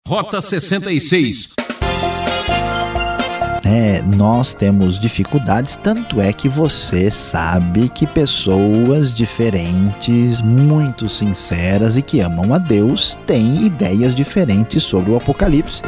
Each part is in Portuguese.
Rota 66. Nós temos dificuldades, tanto é que você sabe que pessoas diferentes, muito sinceras e que amam a Deus, têm ideias diferentes sobre o Apocalipse.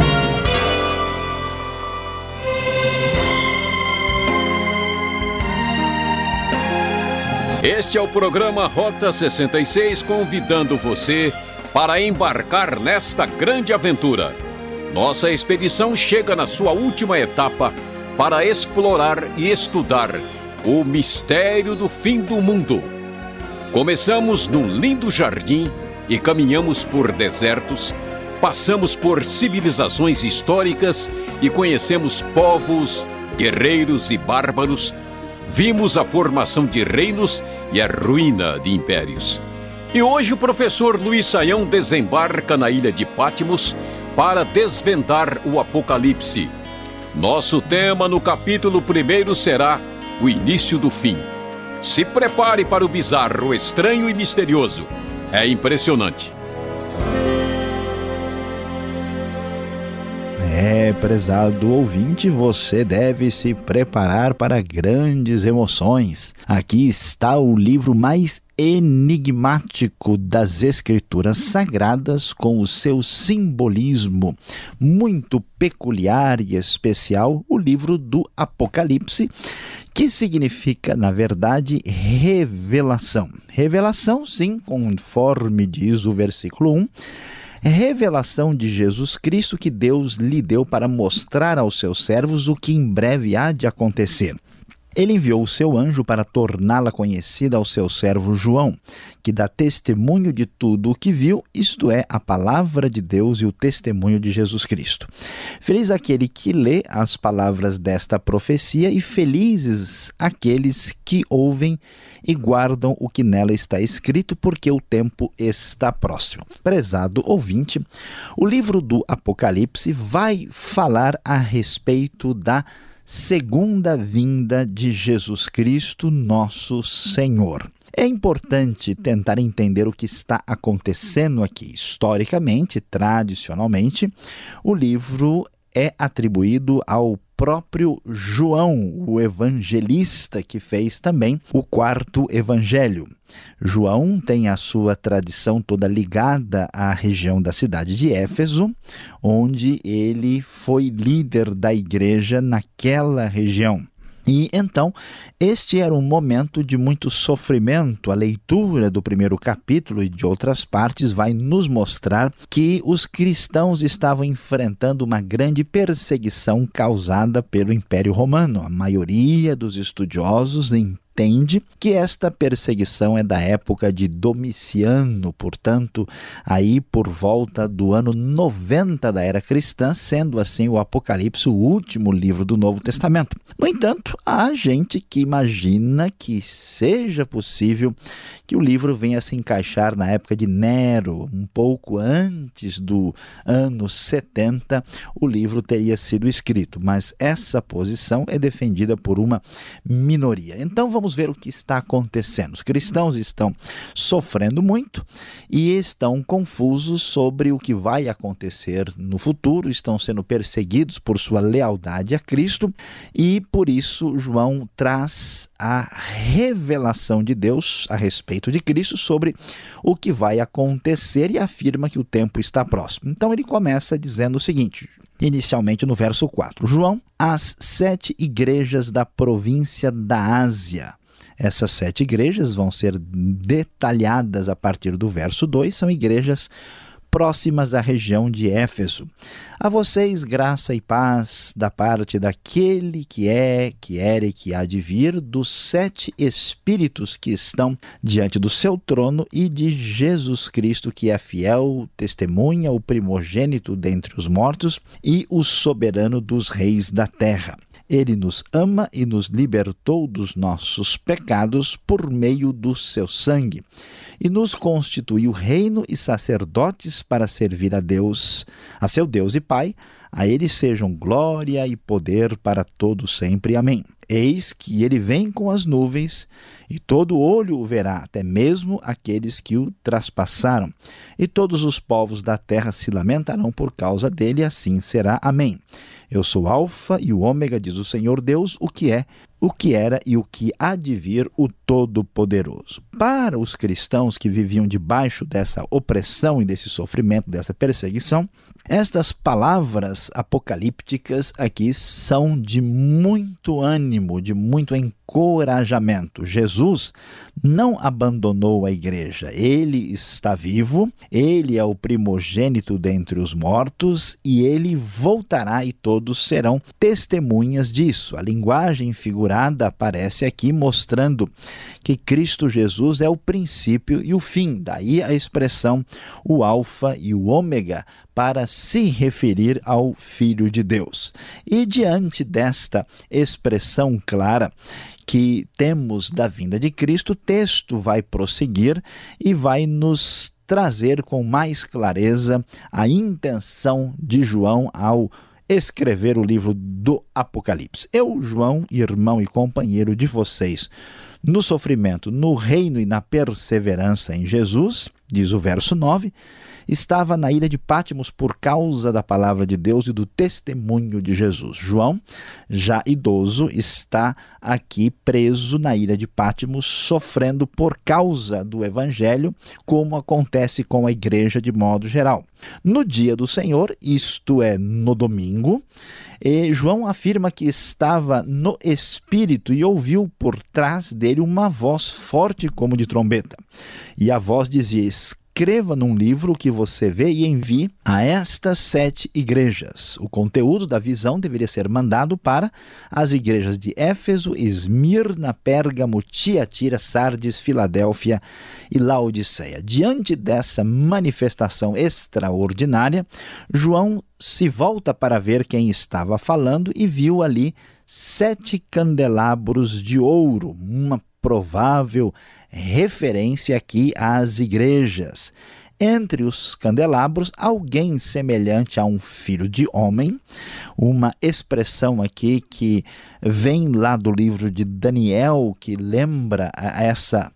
Este é o programa Rota 66, convidando você para embarcar nesta grande aventura. Nossa expedição chega na sua última etapa para explorar e estudar o mistério do fim do mundo. Começamos num lindo jardim e caminhamos por desertos, passamos por civilizações históricas e conhecemos povos, guerreiros e bárbaros. Vimos a formação de reinos e a ruína de impérios. E hoje o professor Luiz Saião desembarca na ilha de Patmos para desvendar o Apocalipse. Nosso tema no capítulo 1 será o início do fim. Se prepare para o bizarro, estranho e misterioso. É impressionante. Prezado ouvinte, você deve se preparar para grandes emoções. Aqui está o livro mais enigmático das Escrituras Sagradas, com o seu simbolismo muito peculiar e especial, o livro do Apocalipse, que significa, na verdade, revelação. Revelação, sim, conforme diz o versículo 1, revelação de Jesus Cristo que Deus lhe deu para mostrar aos seus servos o que em breve há de acontecer. Ele enviou o seu anjo para torná-la conhecida ao seu servo João, que dá testemunho de tudo o que viu, isto é, a palavra de Deus e o testemunho de Jesus Cristo. Feliz aquele que lê as palavras desta profecia e felizes aqueles que ouvem e guardam o que nela está escrito, porque o tempo está próximo. Prezado ouvinte, o livro do Apocalipse vai falar a respeito da segunda vinda de Jesus Cristo, nosso Senhor. É importante tentar entender o que está acontecendo aqui. Historicamente, tradicionalmente, o livro é atribuído ao próprio João, o evangelista, que fez também o quarto evangelho. João tem a sua tradição toda ligada à região da cidade de Éfeso, onde ele foi líder da igreja naquela região. E então, este era um momento de muito sofrimento. A leitura do primeiro capítulo e de outras partes vai nos mostrar que os cristãos estavam enfrentando uma grande perseguição causada pelo Império Romano. A maioria dos estudiosos entende que esta perseguição é da época de Domiciano, portanto, aí por volta do ano 90 da era cristã, sendo assim o Apocalipse o último livro do Novo Testamento. No entanto, há gente que imagina que seja possível que o livro venha se encaixar na época de Nero, um pouco antes do ano 70, o livro teria sido escrito, mas essa posição é defendida por uma minoria. Então vamos ver o que está acontecendo. Os cristãos estão sofrendo muito e estão confusos sobre o que vai acontecer no futuro, estão sendo perseguidos por sua lealdade a Cristo e por isso João traz a revelação de Deus a respeito de Cristo sobre o que vai acontecer e afirma que o tempo está próximo. Então ele começa dizendo o seguinte, inicialmente no verso 4, João, as 7 igrejas da província da Ásia. Essas 7 igrejas vão ser detalhadas a partir do verso 2, são igrejas próximas à região de Éfeso. A vocês graça e paz da parte daquele que é, que era e que há de vir, dos 7 espíritos que estão diante do seu trono e de Jesus Cristo, que é fiel, testemunha, o primogênito dentre os mortos e o soberano dos reis da terra. Ele nos ama e nos libertou dos nossos pecados por meio do seu sangue e nos constituiu reino e sacerdotes para servir a Deus, a seu Deus e Pai. A ele sejam glória e poder para todo sempre. Amém. Eis que ele vem com as nuvens, e todo olho o verá, até mesmo aqueles que o traspassaram. E todos os povos da terra se lamentarão por causa dele, assim será. Amém. Eu sou Alfa e o Ômega, diz o Senhor Deus, o que é, o que era e o que há de vir, o Todo-Poderoso. Para os cristãos que viviam debaixo dessa opressão e desse sofrimento, dessa perseguição, estas palavras apocalípticas aqui são de muito ânimo, de muito encorajamento. Jesus não abandonou a igreja. Ele está vivo, ele é o primogênito dentre os mortos e ele voltará e todos serão testemunhas disso. A linguagem figurada aparece aqui mostrando que Cristo Jesus é o princípio e o fim. Daí a expressão o Alfa e o Ômega para se referir ao Filho de Deus. E diante desta expressão clara que temos da vinda de Cristo, o texto vai prosseguir e vai nos trazer com mais clareza a intenção de João ao escrever o livro do Apocalipse. Eu, João, irmão e companheiro de vocês no sofrimento, no reino e na perseverança em Jesus, diz o verso 9, estava na ilha de Patmos por causa da palavra de Deus e do testemunho de Jesus. João, já idoso, está aqui preso na ilha de Patmos, sofrendo por causa do evangelho, como acontece com a igreja de modo geral. No dia do Senhor, isto é, no domingo, João afirma que estava no Espírito e ouviu por trás dele uma voz forte como de trombeta. E a voz dizia: escreva num livro o que você vê e envie a estas 7 igrejas. O conteúdo da visão deveria ser mandado para as igrejas de Éfeso, Esmirna, Pérgamo, Tiatira, Sardes, Filadélfia e Laodiceia. Diante dessa manifestação extraordinária, João se volta para ver quem estava falando e viu ali 7 candelabros de ouro, uma provável referência aqui às igrejas. Entre os candelabros, alguém semelhante a um filho de homem, uma expressão aqui que vem lá do livro de Daniel, que lembra essa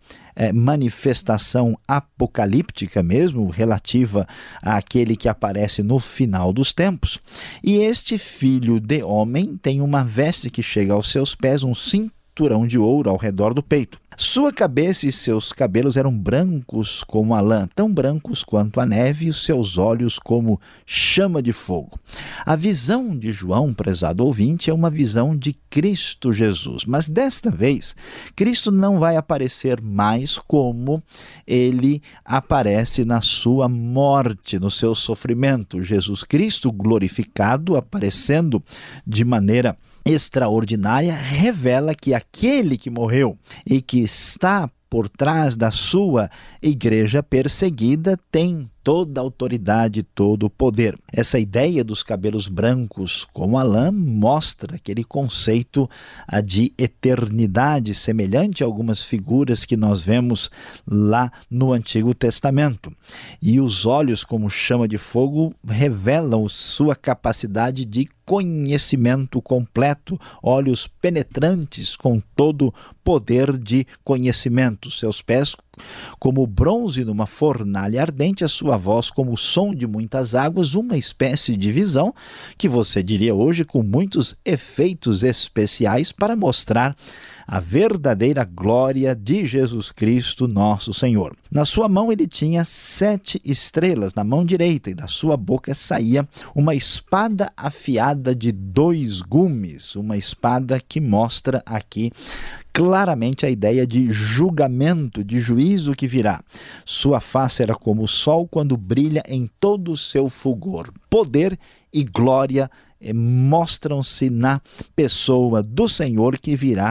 manifestação apocalíptica mesmo, relativa àquele que aparece no final dos tempos. E este filho de homem tem uma veste que chega aos seus pés, um cinturão de ouro ao redor do peito. Sua cabeça e seus cabelos eram brancos como a lã, tão brancos quanto a neve, e os seus olhos como chama de fogo. A visão de João, prezado ouvinte, é uma visão de Cristo Jesus, mas desta vez, Cristo não vai aparecer mais como ele aparece na sua morte, no seu sofrimento. Jesus Cristo glorificado, aparecendo de maneira extraordinária, revela que aquele que morreu e que está por trás da sua igreja perseguida tem toda a autoridade, todo o poder. Essa ideia dos cabelos brancos como a lã mostra aquele conceito de eternidade, semelhante a algumas figuras que nós vemos lá no Antigo Testamento. E os olhos como chama de fogo revelam sua capacidade de conhecimento completo, olhos penetrantes com todo poder de conhecimento. Seus pés como bronze numa fornalha ardente, a sua voz como o som de muitas águas, uma espécie de visão que você diria hoje com muitos efeitos especiais para mostrar a verdadeira glória de Jesus Cristo, nosso Senhor. Na sua mão ele tinha 7 estrelas, na mão direita, e da sua boca saía uma espada afiada de 2 gumes, uma espada que mostra aqui claramente a ideia de julgamento, de juízo que virá. Sua face era como o sol quando brilha em todo o seu fulgor. Poder e glória mostram-se na pessoa do Senhor que virá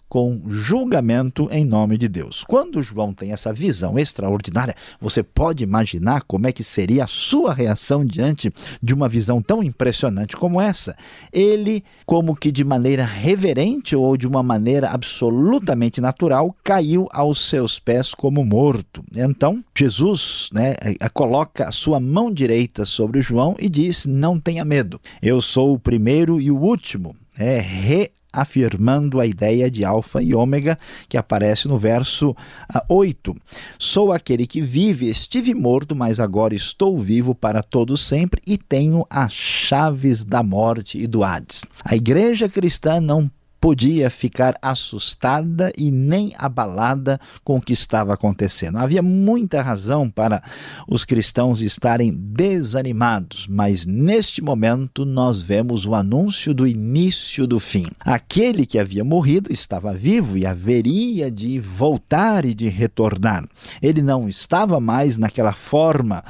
com julgamento em nome de Deus. Quando João tem essa visão extraordinária, você pode imaginar como é que seria a sua reação diante de uma visão tão impressionante como essa. Ele, como que de maneira reverente ou de uma maneira absolutamente natural, caiu aos seus pés como morto. Então, Jesus, coloca a sua mão direita sobre João e diz: não tenha medo, eu sou o primeiro e o último. Reafirmando a ideia de alfa e ômega que aparece no verso 8. Sou aquele que vive, estive morto, mas agora estou vivo para todo sempre e tenho as chaves da morte e do Hades. A igreja cristã não podia ficar assustada e nem abalada com o que estava acontecendo. Havia muita razão para os cristãos estarem desanimados, mas neste momento nós vemos o anúncio do início do fim. Aquele que havia morrido estava vivo e haveria de voltar e de retornar. Ele não estava mais naquela forma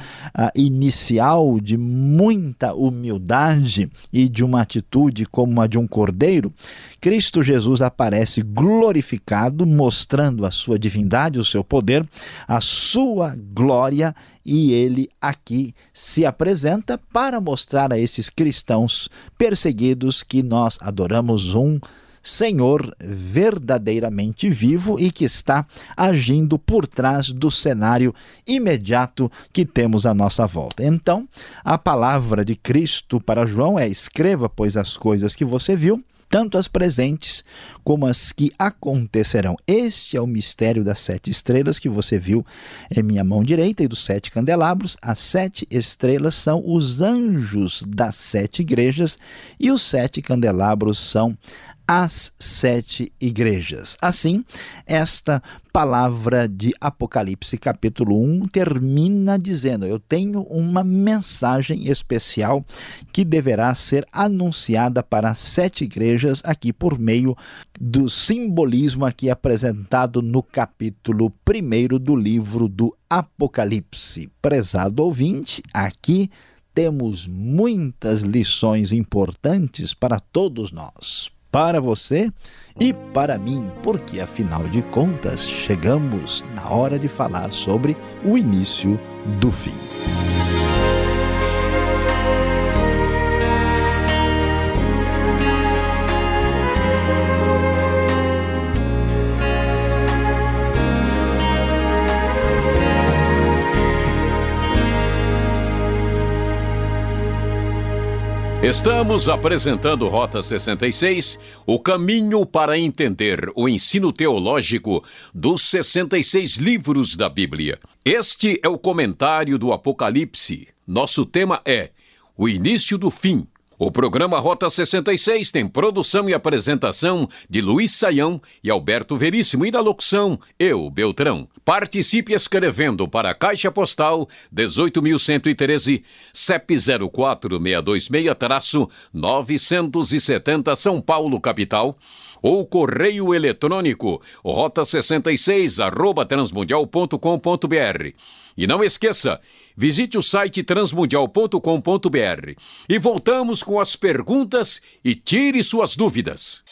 inicial de muita humildade e de uma atitude como a de um cordeiro. Cristo Jesus aparece glorificado, mostrando a sua divindade, o seu poder, a sua glória, e ele aqui se apresenta para mostrar a esses cristãos perseguidos que nós adoramos um Senhor verdadeiramente vivo e que está agindo por trás do cenário imediato que temos à nossa volta. Então, a palavra de Cristo para João é: escreva, pois, as coisas que você viu, tanto as presentes como as que acontecerão. Este é o mistério das 7 estrelas que você viu em minha mão direita e dos 7 candelabros. As 7 estrelas são os anjos das 7 igrejas e os 7 candelabros são as 7 igrejas. Assim, esta palavra de Apocalipse capítulo 1 termina dizendo: eu tenho uma mensagem especial que deverá ser anunciada para as 7 igrejas aqui por meio do simbolismo aqui apresentado no capítulo 1 do livro do Apocalipse. Prezado ouvinte, aqui temos muitas lições importantes para todos nós, para você e para mim, porque afinal de contas chegamos na hora de falar sobre o início do fim. Estamos apresentando Rota 66, o caminho para entender o ensino teológico dos 66 livros da Bíblia. Este é o comentário do Apocalipse. Nosso tema é o início do fim. O programa Rota 66 tem produção e apresentação de Luiz Saião e Alberto Veríssimo, e na locução, eu, Beltrão. Participe escrevendo para a Caixa Postal 18.113, CEP 04626-970 São Paulo, capital, ou correio eletrônico rota66@transmundial.com.br. E não esqueça, visite o site transmundial.com.br. E voltamos com as perguntas e tire suas dúvidas.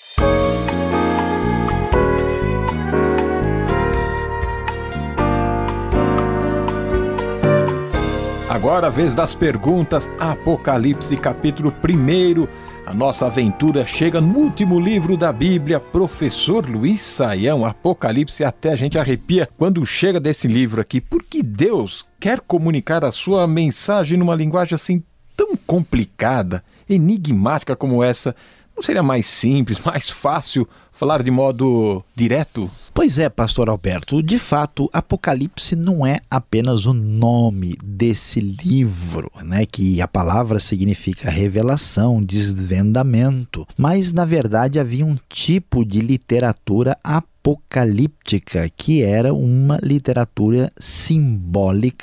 Agora a vez das perguntas. Apocalipse capítulo 1. A nossa aventura chega no último livro da Bíblia. Professor Luiz Saião, Apocalipse, até a gente arrepia quando chega desse livro aqui. Por que Deus quer comunicar a sua mensagem numa linguagem assim tão complicada, enigmática como essa? Não seria mais simples, mais fácil falar de modo direto? Pois é, pastor Alberto, de fato, Apocalipse não é apenas o nome desse livro, que a palavra significa revelação, desvendamento, mas na verdade havia um tipo de literatura apocalíptica que era uma literatura simbólica,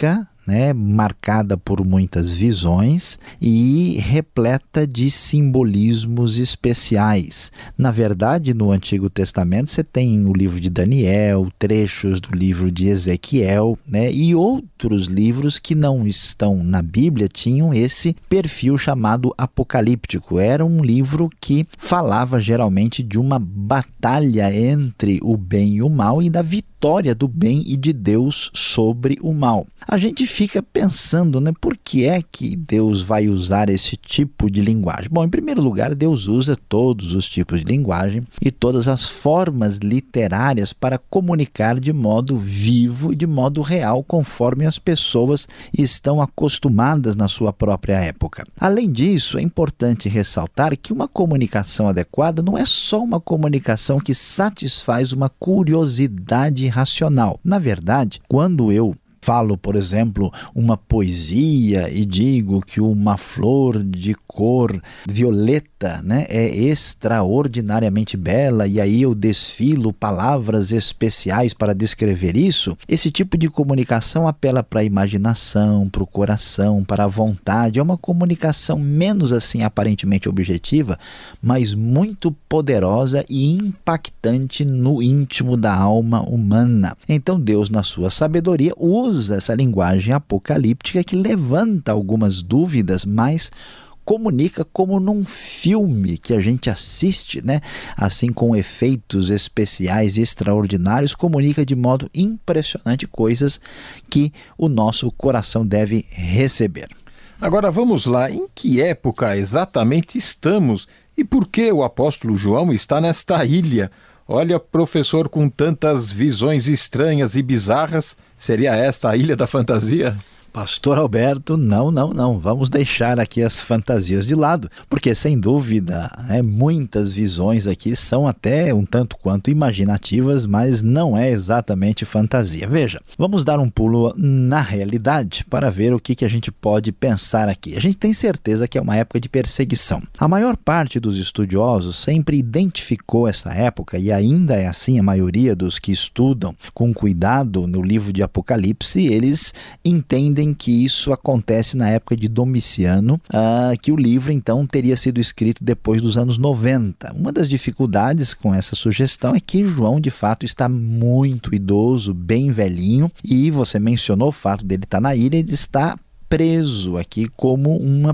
né, marcada por muitas visões e repleta de simbolismos especiais. Na verdade, no Antigo Testamento você tem o livro de Daniel, trechos do livro de Ezequiel, né, e outros livros que não estão na Bíblia tinham esse perfil chamado apocalíptico. Era um livro que falava geralmente de uma batalha entre o bem e o mal e da vitória do bem e de Deus sobre o mal. A gente fica pensando, né, por que é que Deus vai usar esse tipo de linguagem? Bom, em primeiro lugar, Deus usa todos os tipos de linguagem e todas as formas literárias para comunicar de modo vivo e de modo real, conforme as pessoas estão acostumadas na sua própria época. Além disso, é importante ressaltar que uma comunicação adequada não é só uma comunicação que satisfaz uma curiosidade racional. Na verdade, quando eu falo, por exemplo, uma poesia e digo que uma flor de cor violeta, né, é extraordinariamente bela, e aí eu desfilo palavras especiais para descrever isso, esse tipo de comunicação apela para a imaginação, para o coração, para a vontade. É uma comunicação menos assim aparentemente objetiva, mas muito poderosa e impactante no íntimo da alma humana. Então Deus, na sua sabedoria, usa essa linguagem apocalíptica que levanta algumas dúvidas, mas comunica como num filme que a gente assiste, né? Assim, com efeitos especiais extraordinários, comunica de modo impressionante coisas que o nosso coração deve receber. Agora vamos lá, em que época exatamente estamos e por que o apóstolo João está nesta ilha? Olha, professor, com tantas visões estranhas e bizarras, seria esta a ilha da fantasia? Pastor Alberto, não. Vamos deixar aqui as fantasias de lado, porque sem dúvida, muitas visões aqui são até um tanto quanto imaginativas, mas não é exatamente fantasia. Veja, vamos dar um pulo na realidade para ver o que a gente pode pensar aqui. A gente tem certeza que é uma época de perseguição. A maior parte dos estudiosos sempre identificou essa época, e ainda é assim, a maioria dos que estudam com cuidado no livro de Apocalipse, eles entendem que isso acontece na época de Domiciano, que o livro então teria sido escrito depois dos anos 90. Uma das dificuldades com essa sugestão é que João de fato está muito idoso, bem velhinho, e você mencionou o fato dele estar na ilha, ele está preso aqui como uma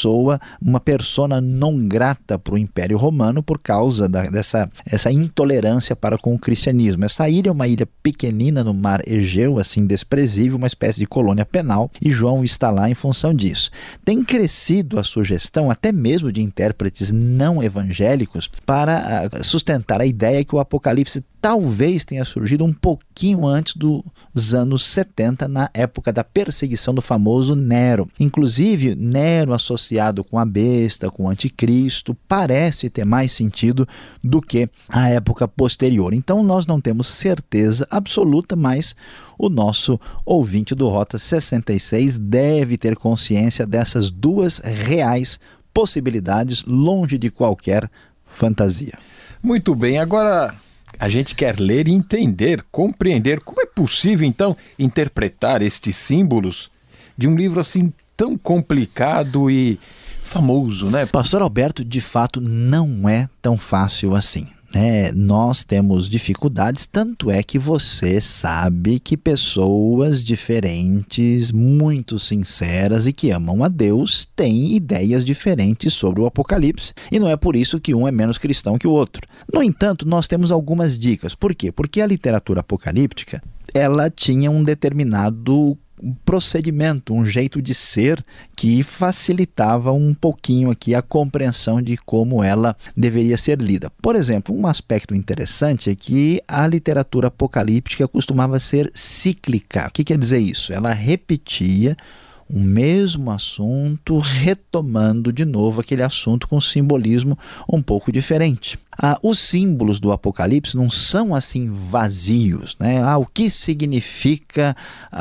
persona não grata para o Império Romano por causa dessa intolerância para com o cristianismo. Essa ilha é uma ilha pequenina no mar Egeu, assim desprezível, uma espécie de colônia penal, e João está lá em função disso. Tem crescido a sugestão, até mesmo de intérpretes não evangélicos, para sustentar a ideia que o Apocalipse talvez tenha surgido um pouquinho antes dos anos 70, na época da perseguição do famoso Nero. Inclusive, Nero associado com a besta, com o anticristo, parece ter mais sentido do que a época posterior. Então nós não temos certeza absoluta, mas o nosso ouvinte do Rota 66 deve ter consciência dessas duas reais possibilidades, longe de qualquer fantasia. Muito bem, agora a gente quer ler e entender, compreender como é possível, então, interpretar estes símbolos de um livro assim tão complicado e famoso, né? Pastor Alberto, de fato, não é tão fácil assim. Nós temos dificuldades, tanto é que você sabe que pessoas diferentes, muito sinceras e que amam a Deus, têm ideias diferentes sobre o Apocalipse, e não é por isso que um é menos cristão que o outro. No entanto, nós temos algumas dicas. Por quê? Porque a literatura apocalíptica, ela tinha um determinado procedimento, um jeito de ser que facilitava um pouquinho aqui a compreensão de como ela deveria ser lida. Por exemplo, um aspecto interessante é que a literatura apocalíptica costumava ser cíclica. O que quer dizer isso? Ela repetia o mesmo assunto, retomando de novo aquele assunto com um simbolismo um pouco diferente. Os símbolos do Apocalipse não são assim vazios, né? O que significa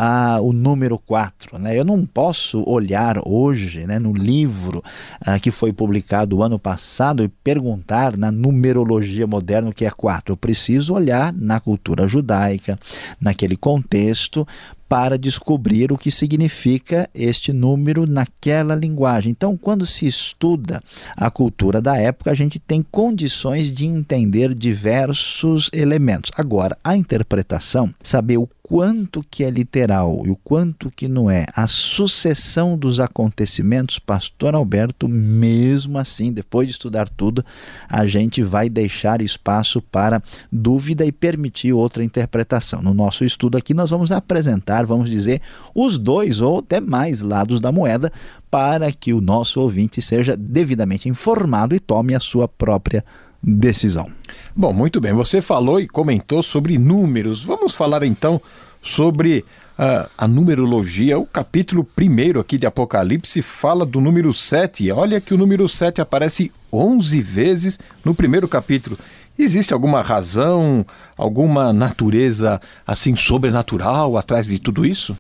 o número 4? Né? Eu não posso olhar hoje, né, no livro que foi publicado o ano passado e perguntar na numerologia moderna o que é 4. Eu preciso olhar na cultura judaica, naquele contexto, para descobrir o que significa este número naquela linguagem. Então, quando se estuda a cultura da época, a gente tem condições de entender diversos elementos. Agora, a interpretação, saber o quanto que é literal e o quanto que não é, a sucessão dos acontecimentos, pastor Alberto, mesmo assim, depois de estudar tudo, a gente vai deixar espaço para dúvida e permitir outra interpretação. No nosso estudo aqui nós vamos apresentar, vamos dizer, os dois ou até mais lados da moeda para que o nosso ouvinte seja devidamente informado e tome a sua própria decisão. Bom, muito bem, você falou e comentou sobre números. Vamos falar então sobre a numerologia. O capítulo 1 aqui de Apocalipse fala do número 7. Olha que o número 7 aparece 11 vezes no primeiro capítulo. Existe alguma razão, alguma natureza assim sobrenatural atrás de tudo isso?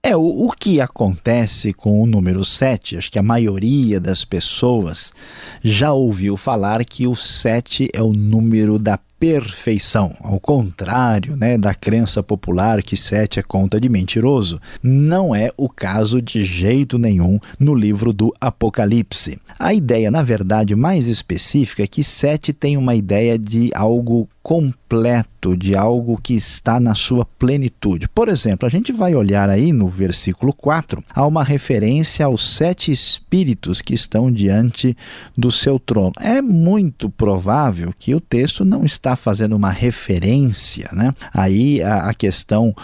O que acontece com o número 7, acho que a maioria das pessoas já ouviu falar que o 7 é o número da perfeição, ao contrário, da crença popular que 7 é conta de mentiroso. Não é o caso de jeito nenhum no livro do Apocalipse. A ideia, na verdade, mais específica é que 7 tem uma ideia de algo completo, de algo que está na sua plenitude. Por exemplo, a gente vai olhar aí no versículo 4, há uma referência aos 7 espíritos que estão diante do seu trono. É muito provável que o texto não está fazendo uma referência, aí a questão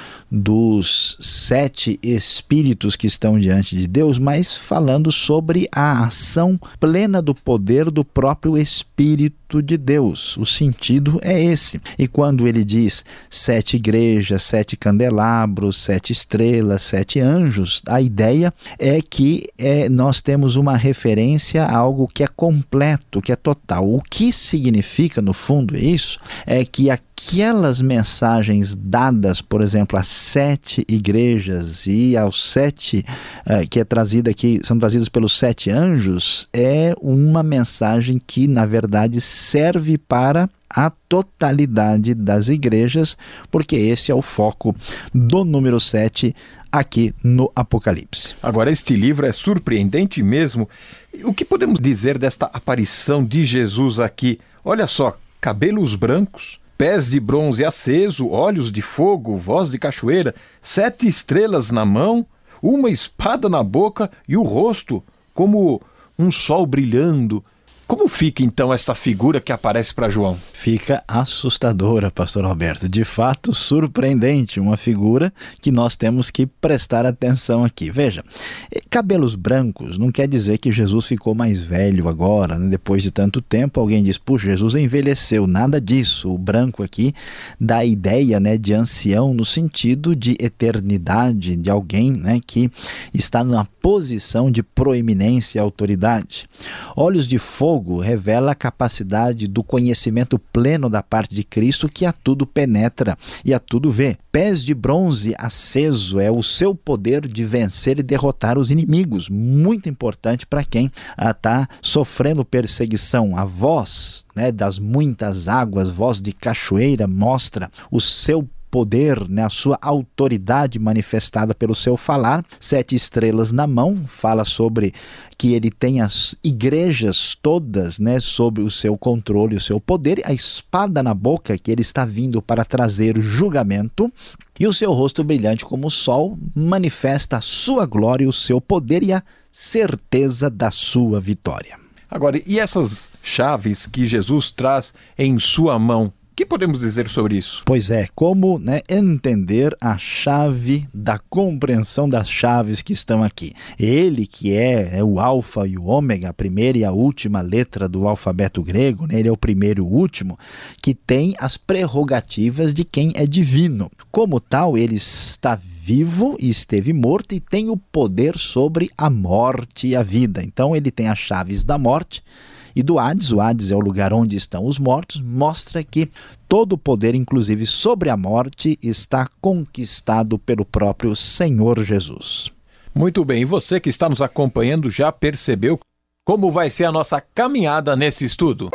dos 7 espíritos que estão diante de Deus, mas falando sobre a ação plena do poder do próprio Espírito de Deus. O sentido é esse. E quando ele diz 7 igrejas, 7 candelabros, 7 estrelas, 7 anjos, a ideia é que nós temos uma referência a algo que é completo, que é total. O que significa, no fundo, isso é que aquelas mensagens dadas, por exemplo, às 7 igrejas e aos 7 que é trazida aqui, são trazidos pelos 7 anjos, é uma mensagem que, na verdade, serve para a totalidade das igrejas, porque esse é o foco do número 7 aqui no Apocalipse. Agora, este livro é surpreendente mesmo. O que podemos dizer desta aparição de Jesus aqui? Olha só, cabelos brancos, pés de bronze aceso, olhos de fogo, voz de cachoeira, 7 estrelas na mão, uma espada na boca e o rosto como um sol brilhando. Como fica então essa figura que aparece para João? Fica assustadora, pastor Alberto. De fato, surpreendente, uma figura que nós temos que prestar atenção aqui. Veja, cabelos brancos não quer dizer que Jesus ficou mais velho agora, depois de tanto tempo. Alguém diz, puxa, Jesus envelheceu. Nada disso. O branco aqui dá a ideia de ancião no sentido de eternidade, de alguém que está numa posição de proeminência e autoridade. Olhos de fogo revela a capacidade do conhecimento pleno da parte de Cristo, que a tudo penetra e a tudo vê. Pés de bronze aceso é o seu poder de vencer e derrotar os inimigos. Muito importante para quem está sofrendo perseguição. A voz das muitas águas, voz de cachoeira, mostra o seu poder, a sua autoridade manifestada pelo seu falar. 7 estrelas na mão, fala sobre que ele tem as igrejas todas sob o seu controle, o seu poder. A espada na boca, que ele está vindo para trazer julgamento. E o seu rosto brilhante como o sol manifesta a sua glória, o seu poder e a certeza da sua vitória. Agora, e essas chaves que Jesus traz em sua mão? O que podemos dizer sobre isso? Pois é, como entender a chave da compreensão das chaves que estão aqui. Ele que é o alfa e o ômega, a primeira e a última letra do alfabeto grego, ele é o primeiro e o último, que tem as prerrogativas de quem é divino. Como tal, ele está vivo e esteve morto e tem o poder sobre a morte e a vida. Então ele tem as chaves da morte e do Hades. O Hades é o lugar onde estão os mortos. Mostra que todo o poder, inclusive sobre a morte, está conquistado pelo próprio Senhor Jesus. Muito bem, e você que está nos acompanhando já percebeu como vai ser a nossa caminhada nesse estudo?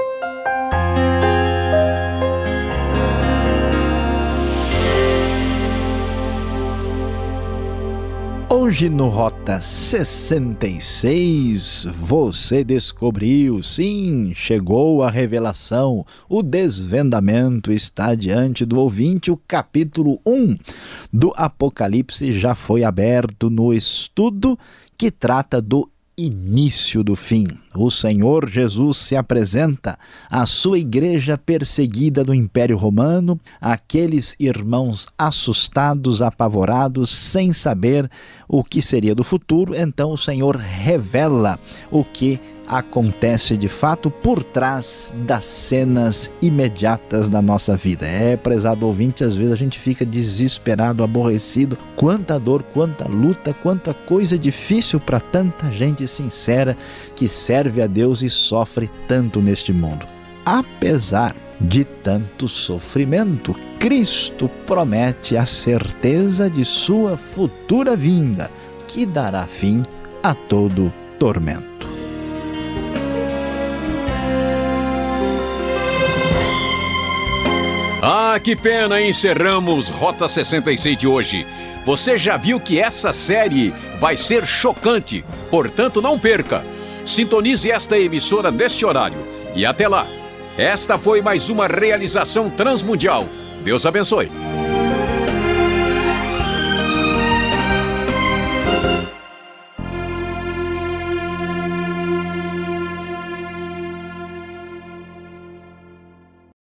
Hoje no Rota 66, você descobriu, sim, chegou a revelação, o desvendamento está diante do ouvinte. O capítulo 1 do Apocalipse já foi aberto no estudo que trata do início do fim. O Senhor Jesus se apresenta à sua igreja perseguida do Império Romano, aqueles irmãos assustados, apavorados, sem saber o que seria do futuro. Então o Senhor revela o que acontece de fato por trás das cenas imediatas da nossa vida. Prezado ouvinte, às vezes a gente fica desesperado, aborrecido. Quanta dor, quanta luta, quanta coisa difícil para tanta gente sincera que serve a Deus e sofre tanto neste mundo. Apesar de tanto sofrimento, Cristo promete a certeza de sua futura vinda, que dará fim a todo tormento. Ah, que pena, encerramos Rota 66 de hoje. Você já viu que essa série vai ser chocante, portanto não perca. Sintonize esta emissora neste horário. E até lá. Esta foi mais uma realização transmundial. Deus abençoe.